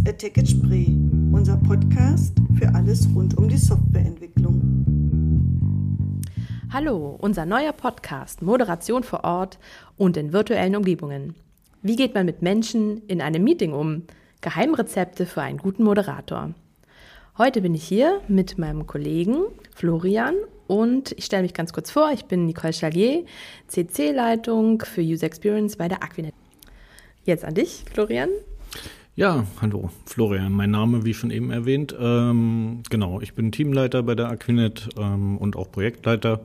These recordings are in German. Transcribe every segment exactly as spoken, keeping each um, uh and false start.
Attack Spree, unser Podcast für alles rund um die Softwareentwicklung. Hallo, unser neuer Podcast Moderation vor Ort und in virtuellen Umgebungen. Wie geht man mit Menschen in einem Meeting um? Geheimrezepte für einen guten Moderator. Heute bin ich hier mit meinem Kollegen Florian und ich stelle mich ganz kurz vor, ich bin Nicole Chalier, C C-Leitung für User Experience bei der Aquinet. Jetzt an dich, Florian. Ja, hallo, Florian, mein Name, wie schon eben erwähnt. Ähm, genau, ich bin Teamleiter bei der Aquinet ähm, und auch Projektleiter.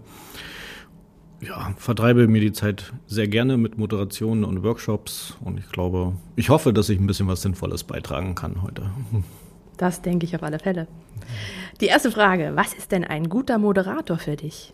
Ja, vertreibe mir die Zeit sehr gerne mit Moderationen und Workshops und ich glaube, ich hoffe, dass ich ein bisschen was Sinnvolles beitragen kann heute. Das denke ich auf alle Fälle. Die erste Frage, was ist denn ein guter Moderator für dich?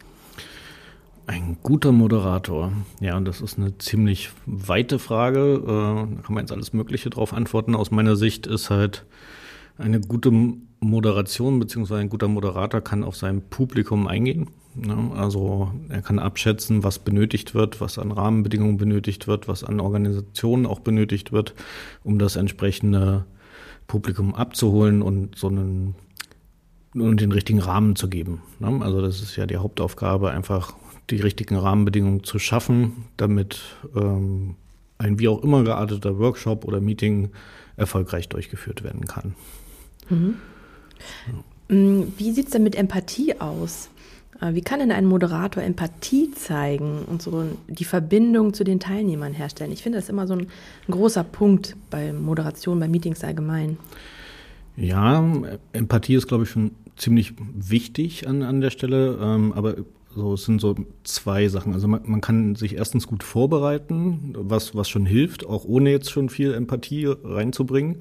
Ein guter Moderator, ja, das ist eine ziemlich weite Frage, äh, da kann man jetzt alles Mögliche drauf antworten. Aus meiner Sicht ist halt eine gute Moderation bzw. ein guter Moderator kann auf sein Publikum eingehen. Ne? Also er kann abschätzen, was benötigt wird, was an Rahmenbedingungen benötigt wird, was an Organisationen auch benötigt wird, um das entsprechende Publikum abzuholen und so einen und den richtigen Rahmen zu geben. Ne? Also das ist ja die Hauptaufgabe, einfach die richtigen Rahmenbedingungen zu schaffen, damit ähm, ein wie auch immer gearteter Workshop oder Meeting erfolgreich durchgeführt werden kann. Mhm. Ja. Wie sieht es denn mit Empathie aus? Wie kann denn ein Moderator Empathie zeigen und so die Verbindung zu den Teilnehmern herstellen? Ich finde das immer so ein, ein großer Punkt bei Moderation, bei Meetings allgemein. Ja, Empathie ist, glaube ich, schon ziemlich wichtig an, an der Stelle, ähm, aber so, es sind so zwei Sachen. Also man, man kann sich erstens gut vorbereiten, was, was schon hilft, auch ohne jetzt schon viel Empathie reinzubringen.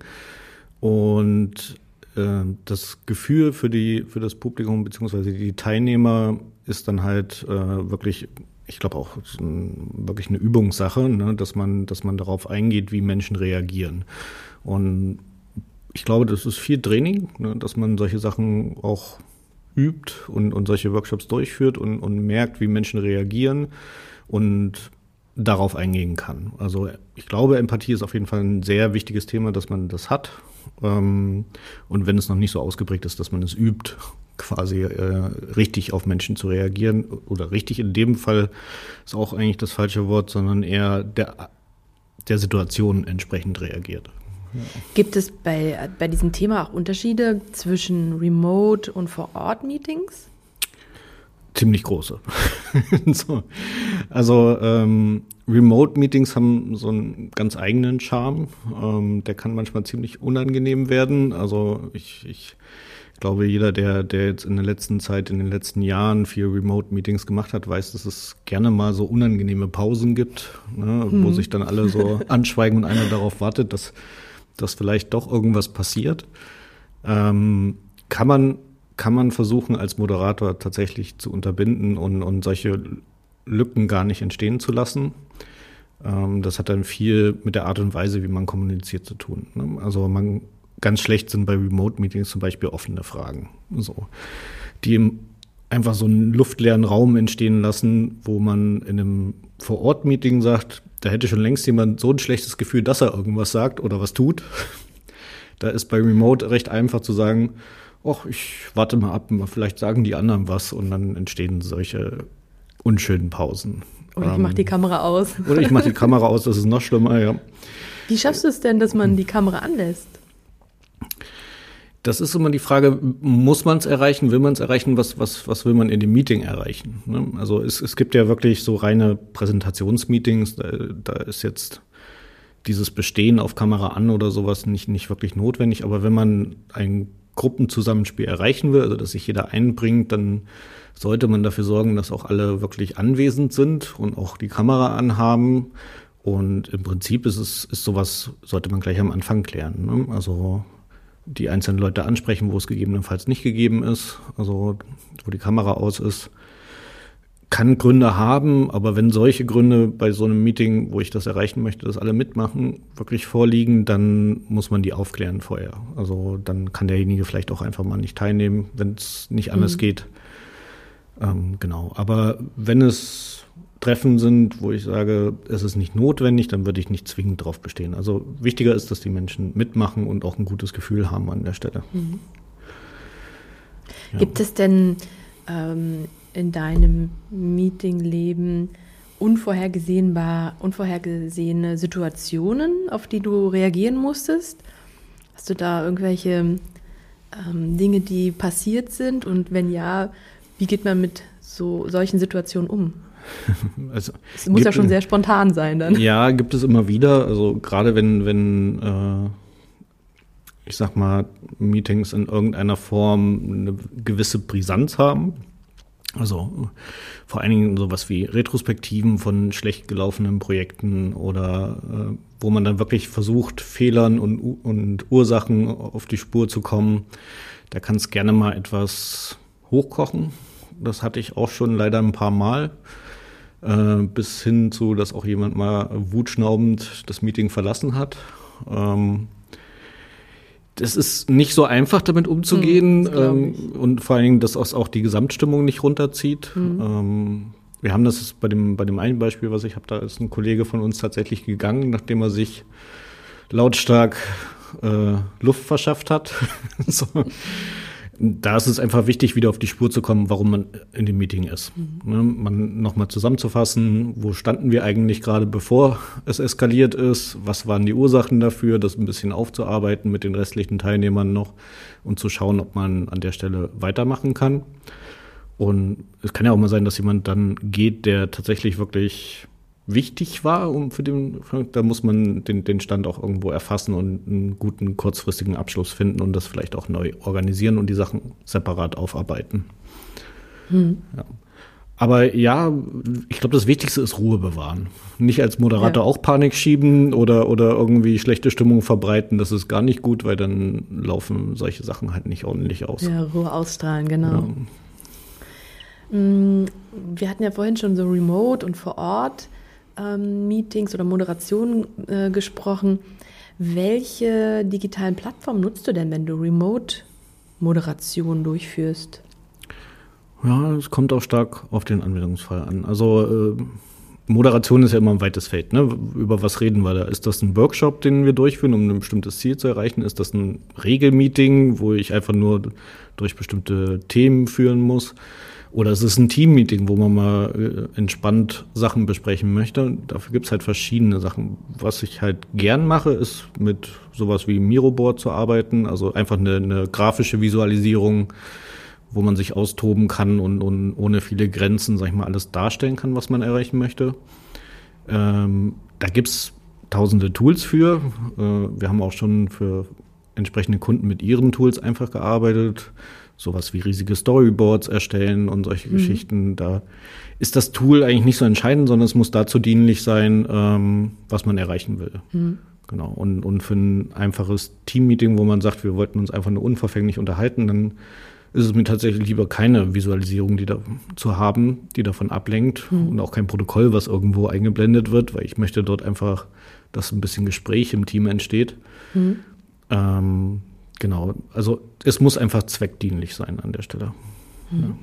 Und äh, das Gefühl für die für das Publikum bzw. die Teilnehmer ist dann halt äh, wirklich, ich glaube auch so ein, wirklich eine Übungssache, ne, dass man dass man darauf eingeht, wie Menschen reagieren. Und ich glaube, das ist viel Training, ne, dass man solche Sachen auch übt und, und solche Workshops durchführt und, und merkt, wie Menschen reagieren und darauf eingehen kann. Also ich glaube, Empathie ist auf jeden Fall ein sehr wichtiges Thema, dass man das hat. Ähm, und wenn es noch nicht so ausgeprägt ist, dass man es übt, quasi äh, richtig auf Menschen zu reagieren. Oder richtig in dem Fall ist auch eigentlich das falsche Wort, sondern eher der, der Situation entsprechend reagiert. Ja. Gibt es bei, bei diesem Thema auch Unterschiede zwischen Remote- und Vor-Ort-Meetings? Ziemlich große. so. Also ähm, Remote-Meetings haben so einen ganz eigenen Charme. Ähm, der kann manchmal ziemlich unangenehm werden. Also ich, ich glaube, jeder, der, der jetzt in der letzten Zeit, in den letzten Jahren viel Remote-Meetings gemacht hat, weiß, dass es gerne mal so unangenehme Pausen gibt, ne, hm. wo sich dann alle so anschweigen und einer darauf wartet, dass dass vielleicht doch irgendwas passiert, ähm, kann man kann man versuchen, als Moderator tatsächlich zu unterbinden und, und solche Lücken gar nicht entstehen zu lassen. Ähm, das hat dann viel mit der Art und Weise, wie man kommuniziert, zu tun. Ne? Also man ganz schlecht sind bei Remote-Meetings zum Beispiel offene Fragen, so, die einfach so einen luftleeren Raum entstehen lassen, wo man in einem Vor-Ort-Meeting sagt, da hätte schon längst jemand so ein schlechtes Gefühl, dass er irgendwas sagt oder was tut. Da ist bei Remote recht einfach zu sagen, ach, ich warte mal ab, vielleicht sagen die anderen was und dann entstehen solche unschönen Pausen. Oder ich mache die Kamera aus. Oder ich mache die Kamera aus, das ist noch schlimmer, ja. Wie schaffst du es denn, dass man die Kamera anlässt? Das ist immer die Frage, muss man es erreichen, will man es erreichen, was, was, was will man in dem Meeting erreichen? Ne? Also es, es gibt ja wirklich so reine Präsentationsmeetings, da, da ist jetzt dieses Bestehen auf Kamera an oder sowas nicht, nicht wirklich notwendig, aber wenn man ein Gruppenzusammenspiel erreichen will, also dass sich jeder einbringt, dann sollte man dafür sorgen, dass auch alle wirklich anwesend sind und auch die Kamera anhaben. Und im Prinzip ist es, ist sowas, sollte man gleich am Anfang klären, ne? Also die einzelnen Leute ansprechen, wo es gegebenenfalls nicht gegeben ist, also wo die Kamera aus ist, kann Gründe haben, aber wenn solche Gründe bei so einem Meeting, wo ich das erreichen möchte, dass alle mitmachen, wirklich vorliegen, dann muss man die aufklären vorher. Also dann kann derjenige vielleicht auch einfach mal nicht teilnehmen, wenn es nicht anders mhm. geht. Ähm, genau, aber wenn es Treffen sind, wo ich sage, es ist nicht notwendig, dann würde ich nicht zwingend drauf bestehen. Also wichtiger ist, dass die Menschen mitmachen und auch ein gutes Gefühl haben an der Stelle. Mhm. Ja. Gibt es denn ähm, in deinem Meetingleben unvorhergesehbar, unvorhergesehene Situationen, auf die du reagieren musstest? Hast du da irgendwelche ähm, Dinge, die passiert sind? Und wenn ja, wie geht man mit so solchen Situationen um? Also, es muss ja schon sehr spontan sein dann. Ja, gibt es immer wieder. Also gerade wenn, wenn äh, ich sag mal, Meetings in irgendeiner Form eine gewisse Brisanz haben. Also vor allen Dingen sowas wie Retrospektiven von schlecht gelaufenen Projekten oder äh, wo man dann wirklich versucht, Fehlern und, und Ursachen auf die Spur zu kommen. Da kann es gerne mal etwas hochkochen. Das hatte ich auch schon leider ein paar Mal. Äh, bis hin zu, dass auch jemand mal wutschnaubend das Meeting verlassen hat. Ähm, Das ist nicht so einfach, damit umzugehen, hm, ähm, und vor allen Dingen, dass auch die Gesamtstimmung nicht runterzieht. Mhm. Ähm, wir haben das bei dem bei dem einen Beispiel, was ich habe, da ist ein Kollege von uns tatsächlich gegangen, nachdem er sich lautstark äh, Luft verschafft hat. So. Da ist es einfach wichtig, wieder auf die Spur zu kommen, warum man in dem Meeting ist. Mhm. Ne, man nochmal zusammenzufassen, wo standen wir eigentlich gerade, bevor es eskaliert ist, was waren die Ursachen dafür, das ein bisschen aufzuarbeiten mit den restlichen Teilnehmern noch und zu schauen, ob man an der Stelle weitermachen kann. Und es kann ja auch mal sein, dass jemand dann geht, der tatsächlich wirklich wichtig war, um für den, da muss man den, den Stand auch irgendwo erfassen und einen guten kurzfristigen Abschluss finden und das vielleicht auch neu organisieren und die Sachen separat aufarbeiten. Hm. Ja. Aber ja, ich glaube, das Wichtigste ist Ruhe bewahren. Nicht als Moderator ja. auch Panik schieben oder, oder irgendwie schlechte Stimmung verbreiten. Das ist gar nicht gut, weil dann laufen solche Sachen halt nicht ordentlich aus. Ja, Ruhe ausstrahlen, genau. Ja. Wir hatten ja vorhin schon so Remote und vor Ort ähm, Meetings oder Moderationen äh, gesprochen. Welche digitalen Plattformen nutzt du denn, wenn du Remote-Moderation durchführst? Ja, es kommt auch stark auf den Anwendungsfall an. Also äh, Moderation ist ja immer ein weites Feld. Ne? Über was reden wir da? Ist das ein Workshop, den wir durchführen, um ein bestimmtes Ziel zu erreichen? Ist das ein Regelmeeting, wo ich einfach nur durch bestimmte Themen führen muss? Oder ist es ein Teammeeting, wo man mal äh, entspannt Sachen besprechen möchte? Dafür gibt es halt verschiedene Sachen. Was ich halt gern mache, ist mit sowas wie Miroboard zu arbeiten. Also einfach eine, eine grafische Visualisierung, wo man sich austoben kann und, und ohne viele Grenzen, sag ich mal, alles darstellen kann, was man erreichen möchte. Ähm, da gibt's tausende Tools für. Äh, wir haben auch schon für entsprechende Kunden mit ihren Tools einfach gearbeitet. Sowas wie riesige Storyboards erstellen und solche mhm. Geschichten. Da ist das Tool eigentlich nicht so entscheidend, sondern es muss dazu dienlich sein, ähm, was man erreichen will. Mhm. Genau. Und, und für ein einfaches Teammeeting, wo man sagt, wir wollten uns einfach nur unverfänglich unterhalten, dann ist es mir tatsächlich lieber keine Visualisierung, die da zu haben, die davon ablenkt mhm. und auch kein Protokoll, was irgendwo eingeblendet wird, weil ich möchte dort einfach, dass ein bisschen Gespräch im Team entsteht. Mhm. Ähm, genau, also es muss einfach zweckdienlich sein an der Stelle. Mhm. Ja.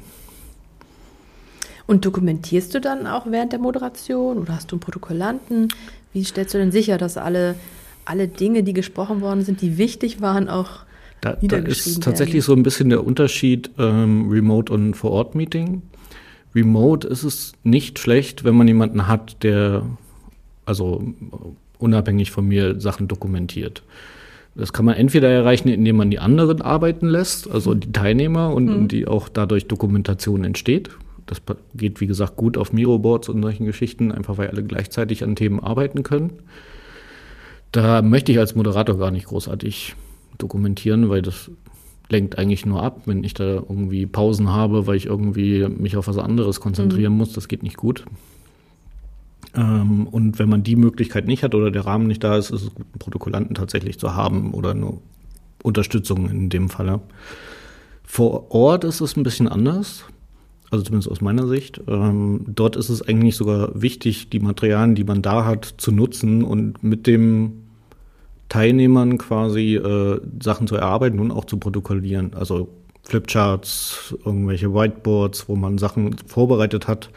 Und dokumentierst du dann auch während der Moderation oder hast du einen Protokollanten? Wie stellst du denn sicher, dass alle, alle Dinge, die gesprochen worden sind, die wichtig waren, auch Da, da ist tatsächlich werden. So ein bisschen der Unterschied ähm, Remote und Vor-Ort-Meeting. Remote ist es nicht schlecht, wenn man jemanden hat, der also unabhängig von mir Sachen dokumentiert. Das kann man entweder erreichen, indem man die anderen arbeiten lässt, also die Teilnehmer und, mhm. und die auch dadurch Dokumentation entsteht. Das geht, wie gesagt, gut auf Miroboards und solchen Geschichten, einfach weil alle gleichzeitig an Themen arbeiten können. Da möchte ich als Moderator gar nicht großartig dokumentieren, weil das lenkt eigentlich nur ab, wenn ich da irgendwie Pausen habe, weil ich irgendwie mich auf was anderes konzentrieren mhm. muss, das geht nicht gut. Ähm, und wenn man die Möglichkeit nicht hat oder der Rahmen nicht da ist, ist es gut, einen Protokollanten tatsächlich zu haben oder eine Unterstützung in dem Falle. Vor Ort ist es ein bisschen anders, also zumindest aus meiner Sicht. Ähm, dort ist es eigentlich sogar wichtig, die Materialien, die man da hat, zu nutzen und mit dem Teilnehmern quasi äh, Sachen zu erarbeiten und auch zu protokollieren. Also Flipcharts, irgendwelche Whiteboards, wo man Sachen vorbereitet hat,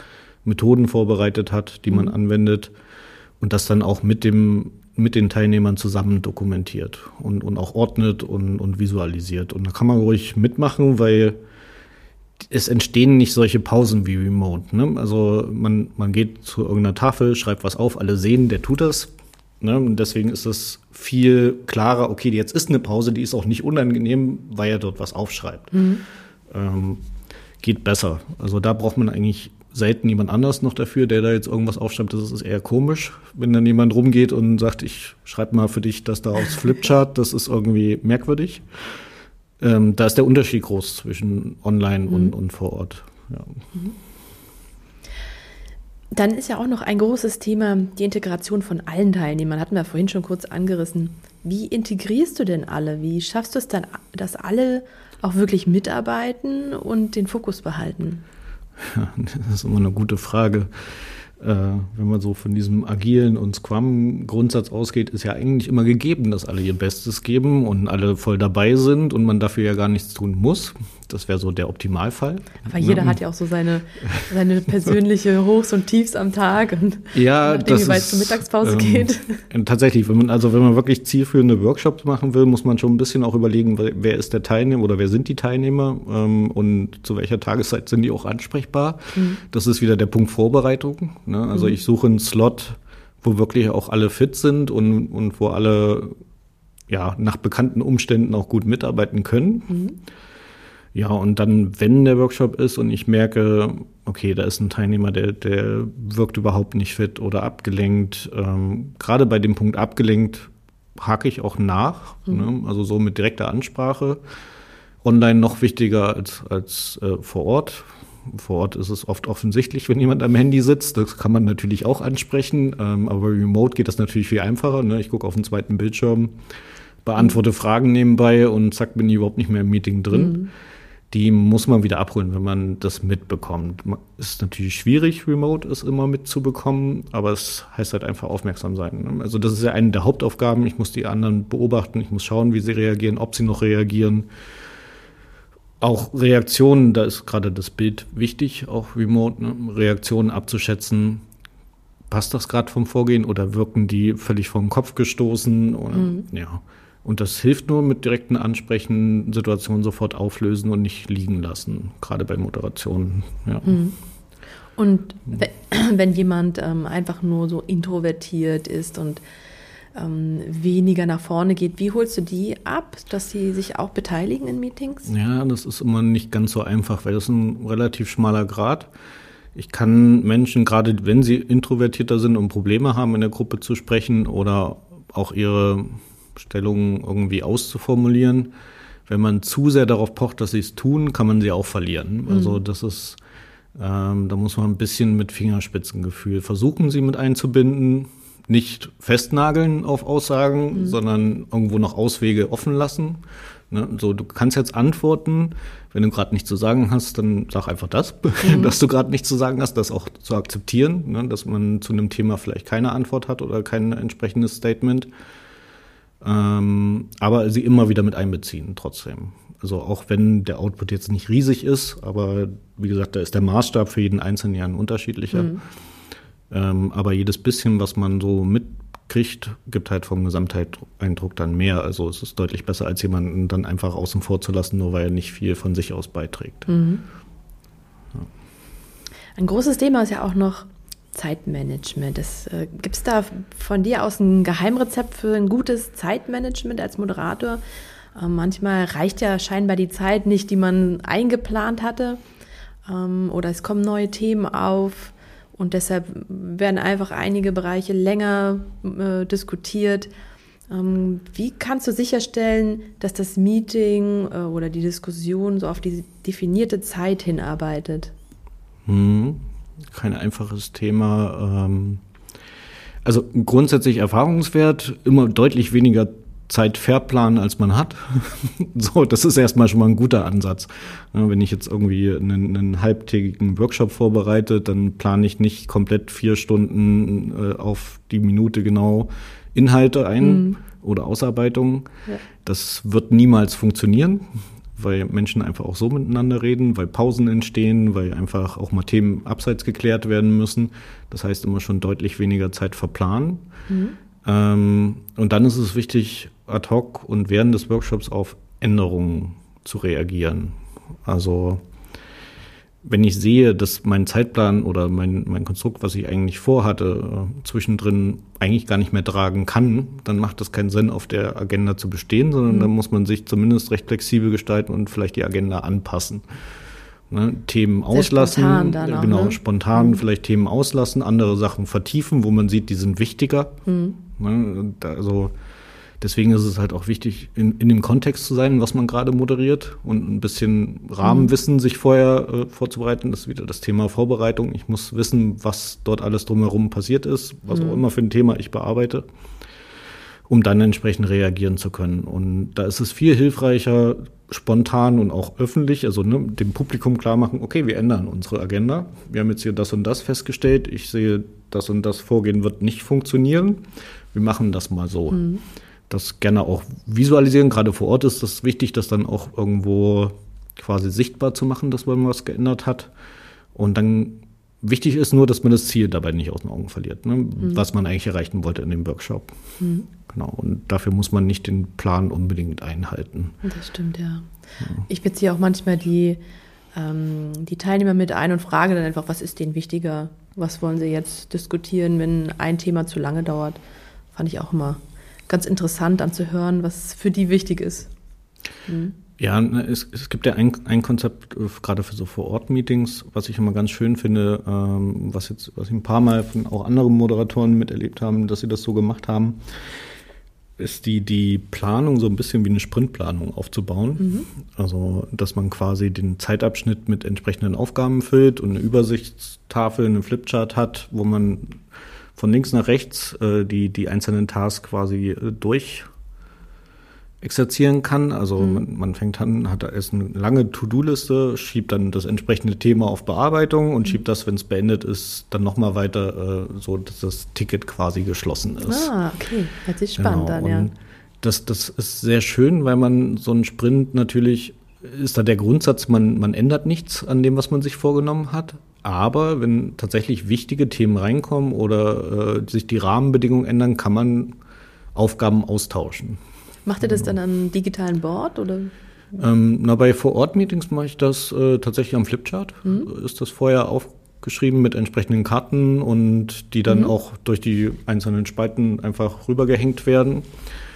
Methoden vorbereitet hat, die man mhm. anwendet und das dann auch mit dem mit den Teilnehmern zusammen dokumentiert und, und auch ordnet und, und visualisiert. Und da kann man ruhig mitmachen, weil es entstehen nicht solche Pausen wie Remote. Ne? Also man, man geht zu irgendeiner Tafel, schreibt was auf, alle sehen, der tut das. Ne? Und deswegen ist es viel klarer, okay, jetzt ist eine Pause, die ist auch nicht unangenehm, weil er dort was aufschreibt. Mhm. Ähm, geht besser. Also da braucht man eigentlich selten jemand anders noch dafür, der da jetzt irgendwas aufschreibt. Das ist eher komisch, wenn dann jemand rumgeht und sagt, ich schreibe mal für dich das da aufs Flipchart. Das ist irgendwie merkwürdig. Ähm, da ist der Unterschied groß zwischen online mhm. und, und vor Ort. Ja. Mhm. Dann ist ja auch noch ein großes Thema die Integration von allen Teilnehmern. Hatten wir vorhin schon kurz angerissen. Wie integrierst du denn alle? Wie schaffst du es dann, dass alle auch wirklich mitarbeiten und den Fokus behalten? Ja, das ist immer eine gute Frage. Äh, wenn man so von diesem agilen und Scrum-Grundsatz ausgeht, ist ja eigentlich immer gegeben, dass alle ihr Bestes geben und alle voll dabei sind und man dafür ja gar nichts tun muss. Das wäre so der Optimalfall. Aber jeder ja. hat ja auch so seine, seine persönliche Hochs und Tiefs am Tag und ja, nachdem, wie weit es zur Mittagspause ähm, geht. Tatsächlich, wenn man, also wenn man wirklich zielführende Workshops machen will, muss man schon ein bisschen auch überlegen, wer ist der Teilnehmer oder wer sind die Teilnehmer ähm, und zu welcher Tageszeit sind die auch ansprechbar. Mhm. Das ist wieder der Punkt Vorbereitung. Ne? Also mhm. ich suche einen Slot, wo wirklich auch alle fit sind und, und wo alle ja nach bekannten Umständen auch gut mitarbeiten können. Mhm. Ja, und dann, wenn der Workshop ist und ich merke, okay, da ist ein Teilnehmer, der, der wirkt überhaupt nicht fit oder abgelenkt. Ähm, gerade bei dem Punkt abgelenkt hake ich auch nach, mhm. ne? Also so mit direkter Ansprache. Online noch wichtiger als, als äh, vor Ort. Vor Ort ist es oft offensichtlich, wenn jemand am Handy sitzt. Das kann man natürlich auch ansprechen, ähm, aber remote geht das natürlich viel einfacher. Ne? Ich gucke auf den zweiten Bildschirm, beantworte mhm. Fragen nebenbei und zack, bin ich überhaupt nicht mehr im Meeting drin. Mhm. Die muss man wieder abholen, wenn man das mitbekommt. Ist natürlich schwierig, Remote es immer mitzubekommen, aber es heißt halt einfach aufmerksam sein. Also das ist ja eine der Hauptaufgaben. Ich muss die anderen beobachten, ich muss schauen, wie sie reagieren, ob sie noch reagieren. Auch Reaktionen, da ist gerade das Bild wichtig, auch Remote, ne? Reaktionen abzuschätzen. Passt das gerade vom Vorgehen oder wirken die völlig vom Kopf gestoßen? Oder, mhm. ja. Und das hilft nur mit direkten Ansprechen, Situationen sofort auflösen und nicht liegen lassen, gerade bei Moderationen. Ja. Und wenn jemand ähm, einfach nur so introvertiert ist und ähm, weniger nach vorne geht, wie holst du die ab, dass sie sich auch beteiligen in Meetings? Ja, das ist immer nicht ganz so einfach, weil das ist ein relativ schmaler Grat. Ich kann Menschen, gerade wenn sie introvertierter sind und Probleme haben, in der Gruppe zu sprechen oder auch ihre Stellungen irgendwie auszuformulieren. Wenn man zu sehr darauf pocht, dass sie es tun, kann man sie auch verlieren. Mhm. Also das ist, ähm, da muss man ein bisschen mit Fingerspitzengefühl versuchen, sie mit einzubinden. Nicht festnageln auf Aussagen, mhm. sondern irgendwo noch Auswege offen lassen. Ne? So, du kannst jetzt antworten. Wenn du gerade nichts zu sagen hast, dann sag einfach das, mhm. dass du gerade nichts zu sagen hast, das auch zu akzeptieren, ne? Dass man zu einem Thema vielleicht keine Antwort hat oder kein entsprechendes Statement. Ähm, aber sie immer wieder mit einbeziehen trotzdem. Also auch wenn der Output jetzt nicht riesig ist, aber wie gesagt, da ist der Maßstab für jeden Einzelnen ja ein unterschiedlicher. Mhm. Ähm, aber jedes bisschen, was man so mitkriegt, gibt halt vom Gesamteindruck dann mehr. Also es ist deutlich besser, als jemanden dann einfach außen vor zu lassen, nur weil er nicht viel von sich aus beiträgt. Mhm. Ja. Ein großes Thema ist ja auch noch Zeitmanagement. Äh, gibt es da von dir aus ein Geheimrezept für ein gutes Zeitmanagement als Moderator? Äh, manchmal reicht ja scheinbar die Zeit nicht, die man eingeplant hatte. Ähm, oder es kommen neue Themen auf und deshalb werden einfach einige Bereiche länger äh, diskutiert. Ähm, wie kannst du sicherstellen, dass das Meeting äh, oder die Diskussion so auf die definierte Zeit hinarbeitet? Hm. Kein einfaches Thema. Also grundsätzlich erfahrungswert, immer deutlich weniger Zeit verplanen, als man hat. So, das ist erstmal schon mal ein guter Ansatz. Wenn ich jetzt irgendwie einen, einen halbtägigen Workshop vorbereite, dann plane ich nicht komplett vier Stunden auf die Minute genau Inhalte ein mhm. oder Ausarbeitungen. Ja. Das wird niemals funktionieren. weil Menschen einfach auch so miteinander reden, weil Pausen entstehen, weil einfach auch mal Themen abseits geklärt werden müssen. Das heißt immer schon deutlich weniger Zeit verplanen. Mhm. Ähm, und dann ist es wichtig, ad hoc und während des Workshops auf Änderungen zu reagieren. Also wenn ich sehe, dass mein Zeitplan oder mein, mein Konstrukt, was ich eigentlich vorhatte, äh, zwischendrin eigentlich gar nicht mehr tragen kann, dann macht das keinen Sinn, auf der Agenda zu bestehen, sondern mhm. dann muss man sich zumindest recht flexibel gestalten und vielleicht die Agenda anpassen. Ne, Themen Sehr auslassen, auch, genau, ne? spontan mhm. vielleicht Themen auslassen, andere Sachen vertiefen, wo man sieht, die sind wichtiger. Mhm. Ne, also deswegen ist es halt auch wichtig, in, in dem Kontext zu sein, was man gerade moderiert und ein bisschen Rahmenwissen mhm. sich vorher äh, vorzubereiten. Das ist wieder das Thema Vorbereitung. Ich muss wissen, was dort alles drumherum passiert ist, was mhm. auch immer für ein Thema ich bearbeite, um dann entsprechend reagieren zu können. Und da ist es viel hilfreicher, spontan und auch öffentlich, also ne, dem Publikum klar machen, okay, wir ändern unsere Agenda. Wir haben jetzt hier das und das festgestellt. Ich sehe, das und das Vorgehen wird nicht funktionieren. Wir machen das mal so. Mhm. Das gerne auch visualisieren. Gerade vor Ort ist das wichtig, das dann auch irgendwo quasi sichtbar zu machen, dass man was geändert hat. Und dann wichtig ist nur, dass man das Ziel dabei nicht aus den Augen verliert, ne? Mhm. Was man eigentlich erreichen wollte in dem Workshop. Mhm. Genau. Und dafür muss man nicht den Plan unbedingt einhalten. Das stimmt, ja. ja. Ich beziehe auch manchmal die, ähm, die Teilnehmer mit ein und frage dann einfach, was ist denen wichtiger? Was wollen sie jetzt diskutieren, wenn ein Thema zu lange dauert? Fand ich auch immer ganz interessant anzuhören, was für die wichtig ist. Mhm. Ja, es, es gibt ja ein, ein Konzept, gerade für so Vor-Ort-Meetings, was ich immer ganz schön finde, ähm, was jetzt, was ich ein paar Mal von auch anderen Moderatoren miterlebt haben, dass sie das so gemacht haben, ist die, die Planung so ein bisschen wie eine Sprintplanung aufzubauen. Mhm. Also, dass man quasi den Zeitabschnitt mit entsprechenden Aufgaben füllt und eine Übersichtstafel, eine Flipchart hat, wo man von links nach rechts äh, die, die einzelnen Tasks quasi äh, durch exerzieren kann. Also mhm. man, man fängt an, hat da erst eine lange To-Do-Liste, schiebt dann das entsprechende Thema auf Bearbeitung und mhm. schiebt das, wenn es beendet ist, dann nochmal weiter, äh, so dass das Ticket quasi geschlossen ist. Ah, okay. Hört sich spannend genau. an, ja. Und das, das ist sehr schön, weil man so einen Sprint natürlich, ist da der Grundsatz, man, man ändert nichts an dem, was man sich vorgenommen hat. Aber wenn tatsächlich wichtige Themen reinkommen oder äh, sich die Rahmenbedingungen ändern, kann man Aufgaben austauschen. Macht ihr das dann am digitalen Board? Oder? Ähm, na, bei Vor-Ort-Meetings mache ich das äh, tatsächlich am Flipchart. Mhm. Ist das vorher aufgeschrieben mit entsprechenden Karten und die dann mhm. auch durch die einzelnen Spalten einfach rübergehängt werden.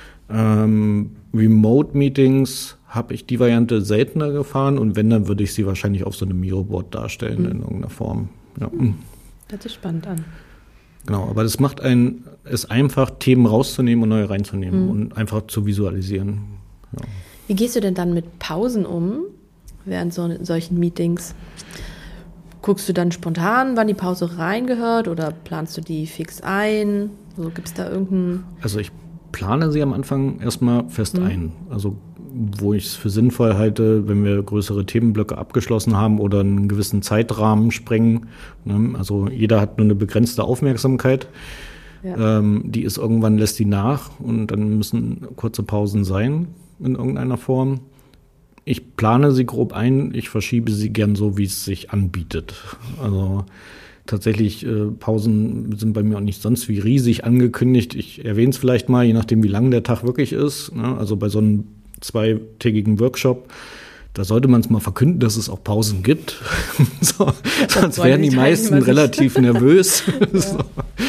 Ähm, Remote-Meetings habe ich die Variante seltener gefahren und wenn, dann würde ich sie wahrscheinlich auf so einem Miro-Board darstellen mhm. in irgendeiner Form. Ja. Hört sich spannend an. Genau, aber das macht einen, es einfach, Themen rauszunehmen und neue reinzunehmen mhm. und einfach zu visualisieren. Ja. Wie gehst du denn dann mit Pausen um während so, solchen Meetings? Guckst du dann spontan, wann die Pause reingehört oder planst du die fix ein? Also gibt es da irgendeinen... Also ich plane sie am Anfang erstmal fest mhm. ein. Also wo ich es für sinnvoll halte, wenn wir größere Themenblöcke abgeschlossen haben oder einen gewissen Zeitrahmen sprengen. Ne? Also jeder hat nur eine begrenzte Aufmerksamkeit. Ja. Ähm, die ist irgendwann, lässt die nach und dann müssen kurze Pausen sein in irgendeiner Form. Ich plane sie grob ein, ich verschiebe sie gern so, wie es sich anbietet. Also tatsächlich, äh, Pausen sind bei mir auch nicht sonst wie riesig angekündigt. Ich erwähne es vielleicht mal, je nachdem, wie lang der Tag wirklich ist. Ne? Also bei so einem zweitägigen Workshop, da sollte man es mal verkünden, dass es auch Pausen gibt. so, ja, sonst werden die meisten relativ nervös. Ja. so.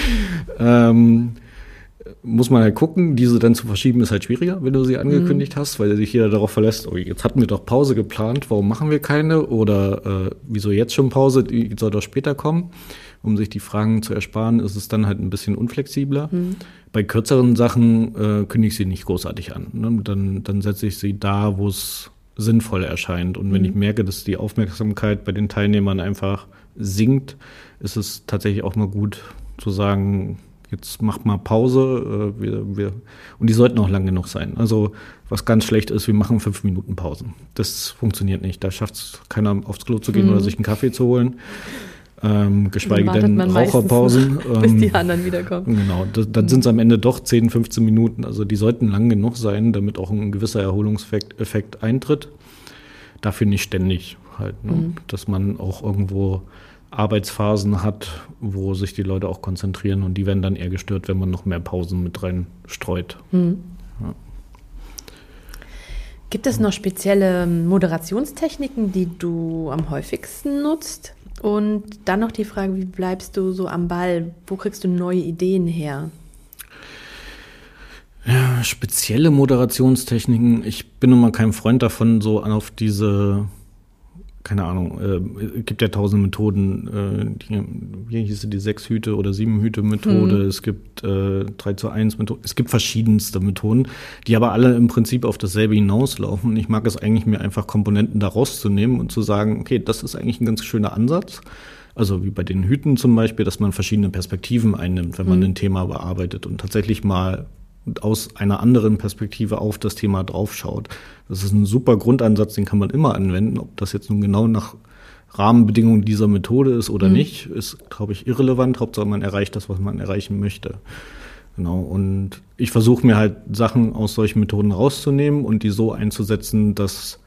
ähm, muss man halt gucken, diese dann zu verschieben ist halt schwieriger, wenn du sie angekündigt mhm. hast, weil sich jeder darauf verlässt, oh, jetzt hatten wir doch Pause geplant, warum machen wir keine? Oder äh, wieso jetzt schon Pause, die soll doch später kommen? Um sich die Fragen zu ersparen, ist es dann halt ein bisschen unflexibler. Mhm. Bei kürzeren Sachen äh, kündige ich sie nicht großartig an. Ne? Dann, dann setze ich sie da, wo es sinnvoll erscheint. Und wenn mhm. ich merke, dass die Aufmerksamkeit bei den Teilnehmern einfach sinkt, ist es tatsächlich auch mal gut zu sagen, jetzt macht mal Pause. Äh, wir, wir, und die sollten auch lang genug sein. Also was ganz schlecht ist, wir machen fünf Minuten Pausen. Das funktioniert nicht. Da schafft es keiner, aufs Klo zu gehen mhm. oder sich einen Kaffee zu holen. Ähm, geschweige denn Raucherpausen. Noch, bis die anderen wiederkommen. Genau, das, dann mhm. sind es am Ende doch zehn, fünfzehn Minuten. Also die sollten lang genug sein, damit auch ein gewisser Erholungseffekt Effekt eintritt. dafür nicht ständig halt, ne? Mhm. Dass man auch irgendwo Arbeitsphasen hat, wo sich die Leute auch konzentrieren und die werden dann eher gestört, wenn man noch mehr Pausen mit rein streut. Mhm. Ja. Gibt es noch spezielle Moderationstechniken, die du am häufigsten nutzt? Und dann noch die Frage, wie bleibst du so am Ball? Wo kriegst du neue Ideen her? Ja, spezielle Moderationstechniken. Ich bin nun mal kein Freund davon, so auf diese, keine Ahnung, äh, gibt ja tausend Methoden. Äh, die, wie hieß die Sechs-Hüte- oder Sieben-Hüte-Methode? Hm. Es gibt äh, drei zu eins Methoden. Es gibt verschiedenste Methoden, die aber alle im Prinzip auf dasselbe hinauslaufen. Und ich mag es eigentlich, mir einfach Komponenten da rauszunehmen und zu sagen, okay, das ist eigentlich ein ganz schöner Ansatz. Also wie bei den Hüten zum Beispiel, dass man verschiedene Perspektiven einnimmt, wenn man hm. ein Thema bearbeitet und tatsächlich mal aus einer anderen Perspektive auf das Thema draufschaut. Das ist ein super Grundansatz, den kann man immer anwenden. Ob das jetzt nun genau nach Rahmenbedingungen dieser Methode ist oder mhm. nicht, ist, glaube ich, irrelevant. Hauptsache man erreicht das, was man erreichen möchte. Genau. Und ich versuche mir halt Sachen aus solchen Methoden rauszunehmen und die so einzusetzen, dass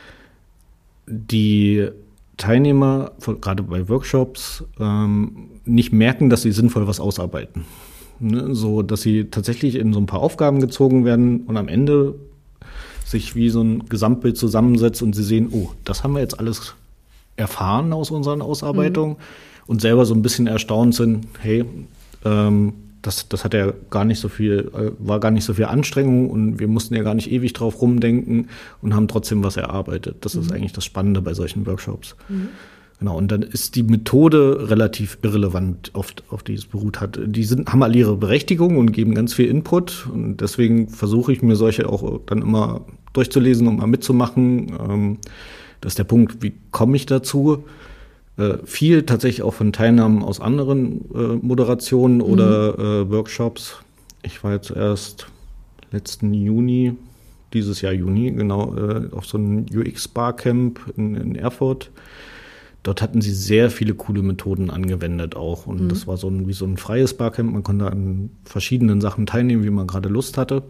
die Teilnehmer, gerade bei Workshops, ähm, nicht merken, dass sie sinnvoll was ausarbeiten. Ne, so, dass sie tatsächlich in so ein paar Aufgaben gezogen werden und am Ende sich wie so ein Gesamtbild zusammensetzt und sie sehen, oh, das haben wir jetzt alles erfahren aus unseren Ausarbeitungen mhm. und selber so ein bisschen erstaunt sind, hey, ähm, das, das hat ja gar nicht so viel, äh, war gar nicht so viel Anstrengung und wir mussten ja gar nicht ewig drauf rumdenken und haben trotzdem was erarbeitet. Das mhm. ist eigentlich das Spannende bei solchen Workshops. Mhm. Genau, und dann ist die Methode relativ irrelevant, auf, auf die es beruht hat. Die sind, haben alle ihre Berechtigung und geben ganz viel Input. Und deswegen versuche ich mir solche auch dann immer durchzulesen und mal mitzumachen. Ähm, das ist der Punkt, wie komme ich dazu? Äh, viel tatsächlich auch von Teilnahmen aus anderen äh, Moderationen mhm. oder äh, Workshops. Ich war jetzt erst letzten Juni, dieses Jahr Juni, genau, äh, auf so einem U X-Barcamp in, in Erfurt. Dort hatten sie sehr viele coole Methoden angewendet auch. Und mhm. das war so ein, wie so ein freies Barcamp. Man konnte an verschiedenen Sachen teilnehmen, wie man gerade Lust hatte.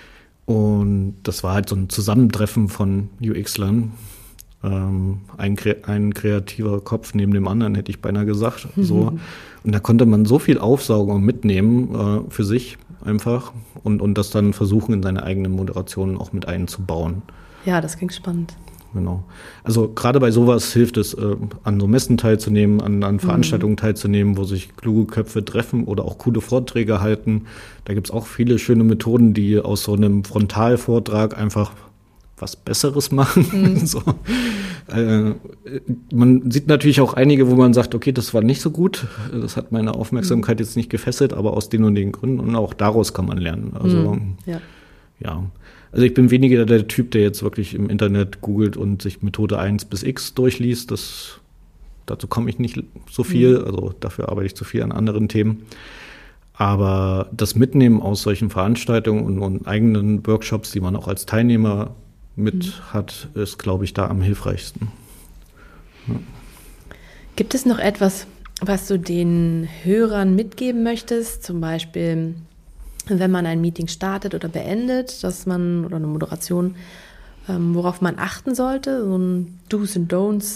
Und das war halt so ein Zusammentreffen von U X-Lern. Ähm, ein, ein kreativer Kopf neben dem anderen, hätte ich beinahe gesagt. Mhm. So. Und da konnte man so viel aufsaugen und mitnehmen äh, für sich einfach. Und, und das dann versuchen, in seine eigenen Moderationen auch mit einzubauen. Ja, das klingt spannend. Genau. Also gerade bei sowas hilft es, äh, an so Messen teilzunehmen, an, an Veranstaltungen mhm. teilzunehmen, wo sich kluge Köpfe treffen oder auch coole Vorträge halten. Da gibt's auch viele schöne Methoden, die aus so einem Frontalvortrag einfach was Besseres machen. Mhm. so. äh, man sieht natürlich auch einige, wo man sagt, okay, das war nicht so gut, das hat meine Aufmerksamkeit mhm. jetzt nicht gefesselt, aber aus den und den Gründen und auch daraus kann man lernen. Also mhm. ja. ja. Also ich bin weniger der Typ, der jetzt wirklich im Internet googelt und sich Methode eins bis X durchliest. Das, dazu komme ich nicht so viel, mhm. also dafür arbeite ich zu viel an anderen Themen. Aber das Mitnehmen aus solchen Veranstaltungen und, und eigenen Workshops, die man auch als Teilnehmer mit mhm. hat, ist, glaube ich, da am hilfreichsten. Ja. Gibt es noch etwas, was du den Hörern mitgeben möchtest? Zum Beispiel, wenn man ein Meeting startet oder beendet, dass man, oder eine Moderation, ähm, worauf man achten sollte, so ein Do's und Don'ts?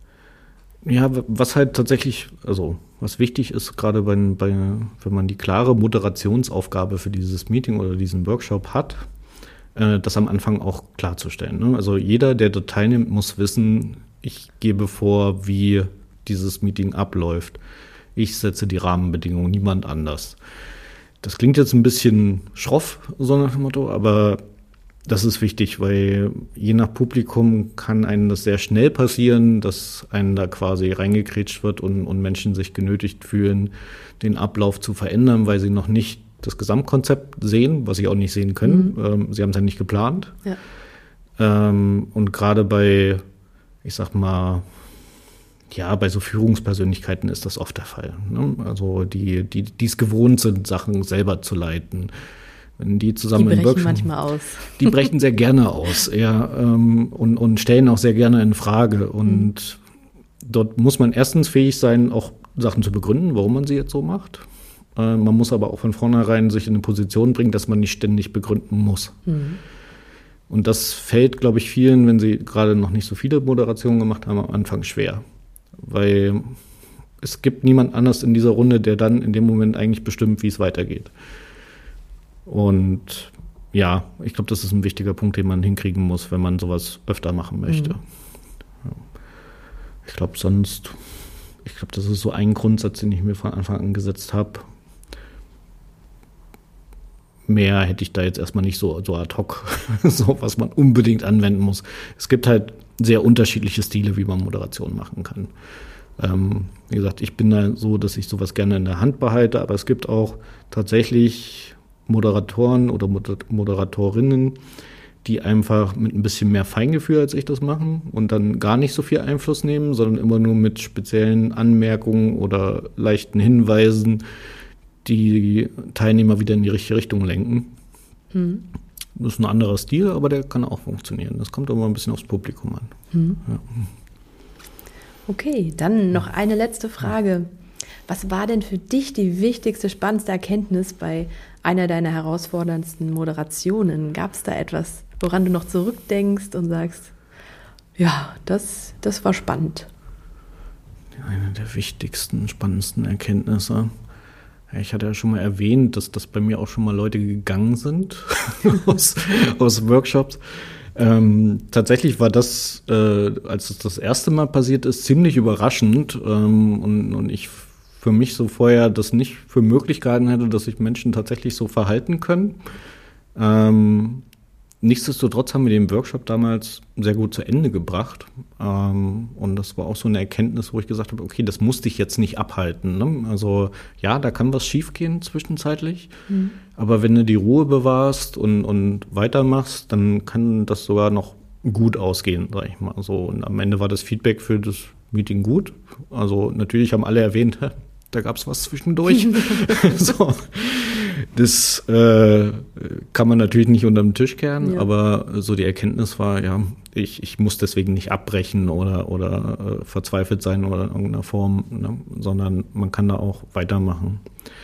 Ja, was halt tatsächlich, also was wichtig ist, gerade bei, bei, wenn man die klare Moderationsaufgabe für dieses Meeting oder diesen Workshop hat, äh, das am Anfang auch klarzustellen. Ne? Also jeder, der dort teilnimmt, muss wissen, ich gebe vor, wie dieses Meeting abläuft. Ich setze die Rahmenbedingungen, niemand anders. Das klingt jetzt ein bisschen schroff, so nach dem Motto, aber das ist wichtig, weil je nach Publikum kann einem das sehr schnell passieren, dass einem da quasi reingekrätscht wird und, und Menschen sich genötigt fühlen, den Ablauf zu verändern, weil sie noch nicht das Gesamtkonzept sehen, was sie auch nicht sehen können. Mhm. Ähm, sie haben es ja nicht geplant. Ja. Ähm, und gerade bei, ich sag mal, ja, bei so Führungspersönlichkeiten ist das oft der Fall. Ne? Also die, die, die es gewohnt sind, Sachen selber zu leiten. Wenn die zusammen die brechen Workshop, manchmal aus. Die brechen sehr gerne aus, ja, ähm, und, und stellen auch sehr gerne in Frage. Und mhm. dort muss man erstens fähig sein, auch Sachen zu begründen, warum man sie jetzt so macht. Äh, man muss aber auch von vornherein sich in eine Position bringen, dass man nicht ständig begründen muss. Mhm. Und das fällt, glaube ich, vielen, wenn sie gerade noch nicht so viele Moderationen gemacht haben, am Anfang schwer. Weil es gibt niemand anders in dieser Runde, der dann in dem Moment eigentlich bestimmt, wie es weitergeht. Und ja, ich glaube, das ist ein wichtiger Punkt, den man hinkriegen muss, wenn man sowas öfter machen möchte. Mhm. Ich glaube, sonst, ich glaube, das ist so ein Grundsatz, den ich mir von Anfang an gesetzt habe. Mehr hätte ich da jetzt erstmal nicht so, so ad hoc, so was man unbedingt anwenden muss. Es gibt halt sehr unterschiedliche Stile, wie man Moderation machen kann. Ähm, wie gesagt, ich bin da so, dass ich sowas gerne in der Hand behalte, aber es gibt auch tatsächlich Moderatoren oder Moderatorinnen, die einfach mit ein bisschen mehr Feingefühl als ich das machen und dann gar nicht so viel Einfluss nehmen, sondern immer nur mit speziellen Anmerkungen oder leichten Hinweisen die Teilnehmer wieder in die richtige Richtung lenken. Hm. Das ist ein anderer Stil, aber der kann auch funktionieren. Das kommt immer ein bisschen aufs Publikum an. Hm. Ja. Okay, dann noch eine letzte Frage. Was war denn für dich die wichtigste, spannendste Erkenntnis bei einer deiner herausforderndsten Moderationen? Gab es da etwas, woran du noch zurückdenkst und sagst, ja, das, das war spannend? Eine der wichtigsten, spannendsten Erkenntnisse. Ich hatte ja schon mal erwähnt, dass das bei mir auch schon mal Leute gegangen sind aus, aus Workshops. Ähm, tatsächlich war das, äh, als es das erste Mal passiert ist, ziemlich überraschend ähm, und, und ich für mich so vorher das nicht für möglich gehalten hätte, dass sich Menschen tatsächlich so verhalten können. Ähm, nichtsdestotrotz haben wir den Workshop damals sehr gut zu Ende gebracht. Ähm, und das war auch so eine Erkenntnis, wo ich gesagt habe, okay, das musste ich jetzt nicht abhalten. Ne? Also ja, da kann was schiefgehen zwischenzeitlich. Mhm. Aber wenn du die Ruhe bewahrst und, und weitermachst, dann kann das sogar noch gut ausgehen, sag ich mal. So, und am Ende war das Feedback für das Meeting gut. Also natürlich haben alle erwähnt, da gab es was zwischendurch. So. Das äh, kann man natürlich nicht unter den Tisch kehren, ja. Aber so die Erkenntnis war, ja, ich, ich muss deswegen nicht abbrechen oder, oder äh, verzweifelt sein oder in irgendeiner Form, ne, sondern man kann da auch weitermachen.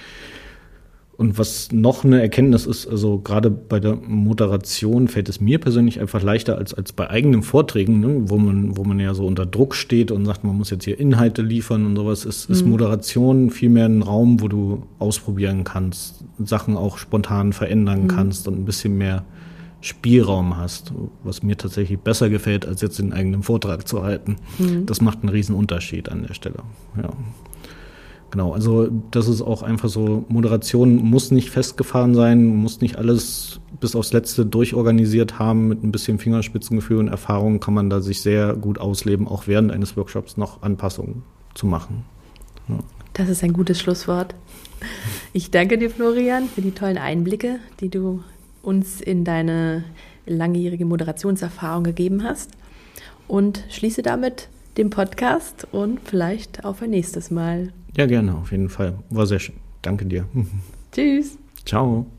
Und was noch eine Erkenntnis ist, also gerade bei der Moderation fällt es mir persönlich einfach leichter als, als bei eigenen Vorträgen, ne, wo man, wo man ja so unter Druck steht und sagt, man muss jetzt hier Inhalte liefern und sowas, ist, mhm. ist Moderation vielmehr ein Raum, wo du ausprobieren kannst, Sachen auch spontan verändern mhm. kannst und ein bisschen mehr Spielraum hast, was mir tatsächlich besser gefällt, als jetzt den eigenen Vortrag zu halten. Mhm. Das macht einen riesen Unterschied an der Stelle, ja. Genau, also das ist auch einfach so, Moderation muss nicht festgefahren sein, muss nicht alles bis aufs Letzte durchorganisiert haben. Mit ein bisschen Fingerspitzengefühl und Erfahrung kann man da sich sehr gut ausleben, auch während eines Workshops noch Anpassungen zu machen. Ja. Das ist ein gutes Schlusswort. Ich danke dir, Florian, für die tollen Einblicke, die du uns in deine langjährige Moderationserfahrung gegeben hast und schließe damit den Podcast und vielleicht auf ein nächstes Mal. Ja, gerne, auf jeden Fall. War sehr schön. Danke dir. Tschüss. Ciao.